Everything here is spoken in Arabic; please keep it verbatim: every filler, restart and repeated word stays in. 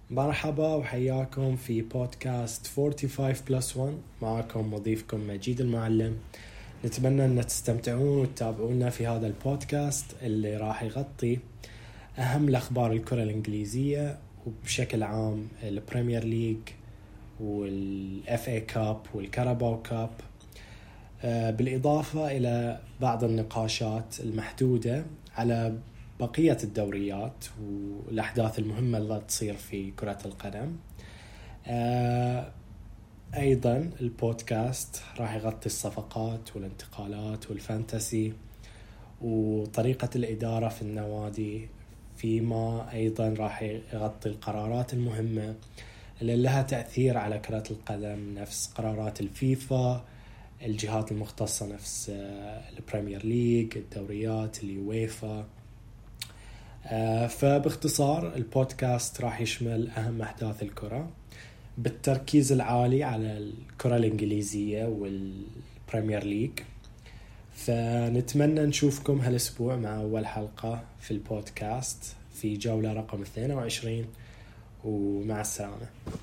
مرحبا وحياكم في بودكاست خمسة وأربعين بلس واحد. معكم مضيفكم مجيد المعلم. نتمنى أن تستمتعون وتتابعونا في هذا البودكاست اللي راح يغطي أهم الأخبار الكرة الإنجليزية وبشكل عام البريمير ليج والإف إيه كاب والكاراباو كاب، بالإضافة إلى بعض النقاشات المحدودة على بقية الدوريات والأحداث المهمة اللي تصير في كرة القدم. أيضا البودكاست راح يغطي الصفقات والانتقالات والفانتسي وطريقة الإدارة في النوادي، فيما أيضا راح يغطي القرارات المهمة اللي لها تأثير على كرة القدم، نفس قرارات الفيفا، الجهات المختصة نفس البريمير ليج، الدوريات، اليويفا. فباختصار البودكاست راح يشمل أهم أحداث الكرة بالتركيز العالي على الكرة الإنجليزية والبريمير ليج. فنتمنى نشوفكم هالأسبوع مع أول حلقة في البودكاست في جولة رقم اثنين وعشرين، ومع السلامة.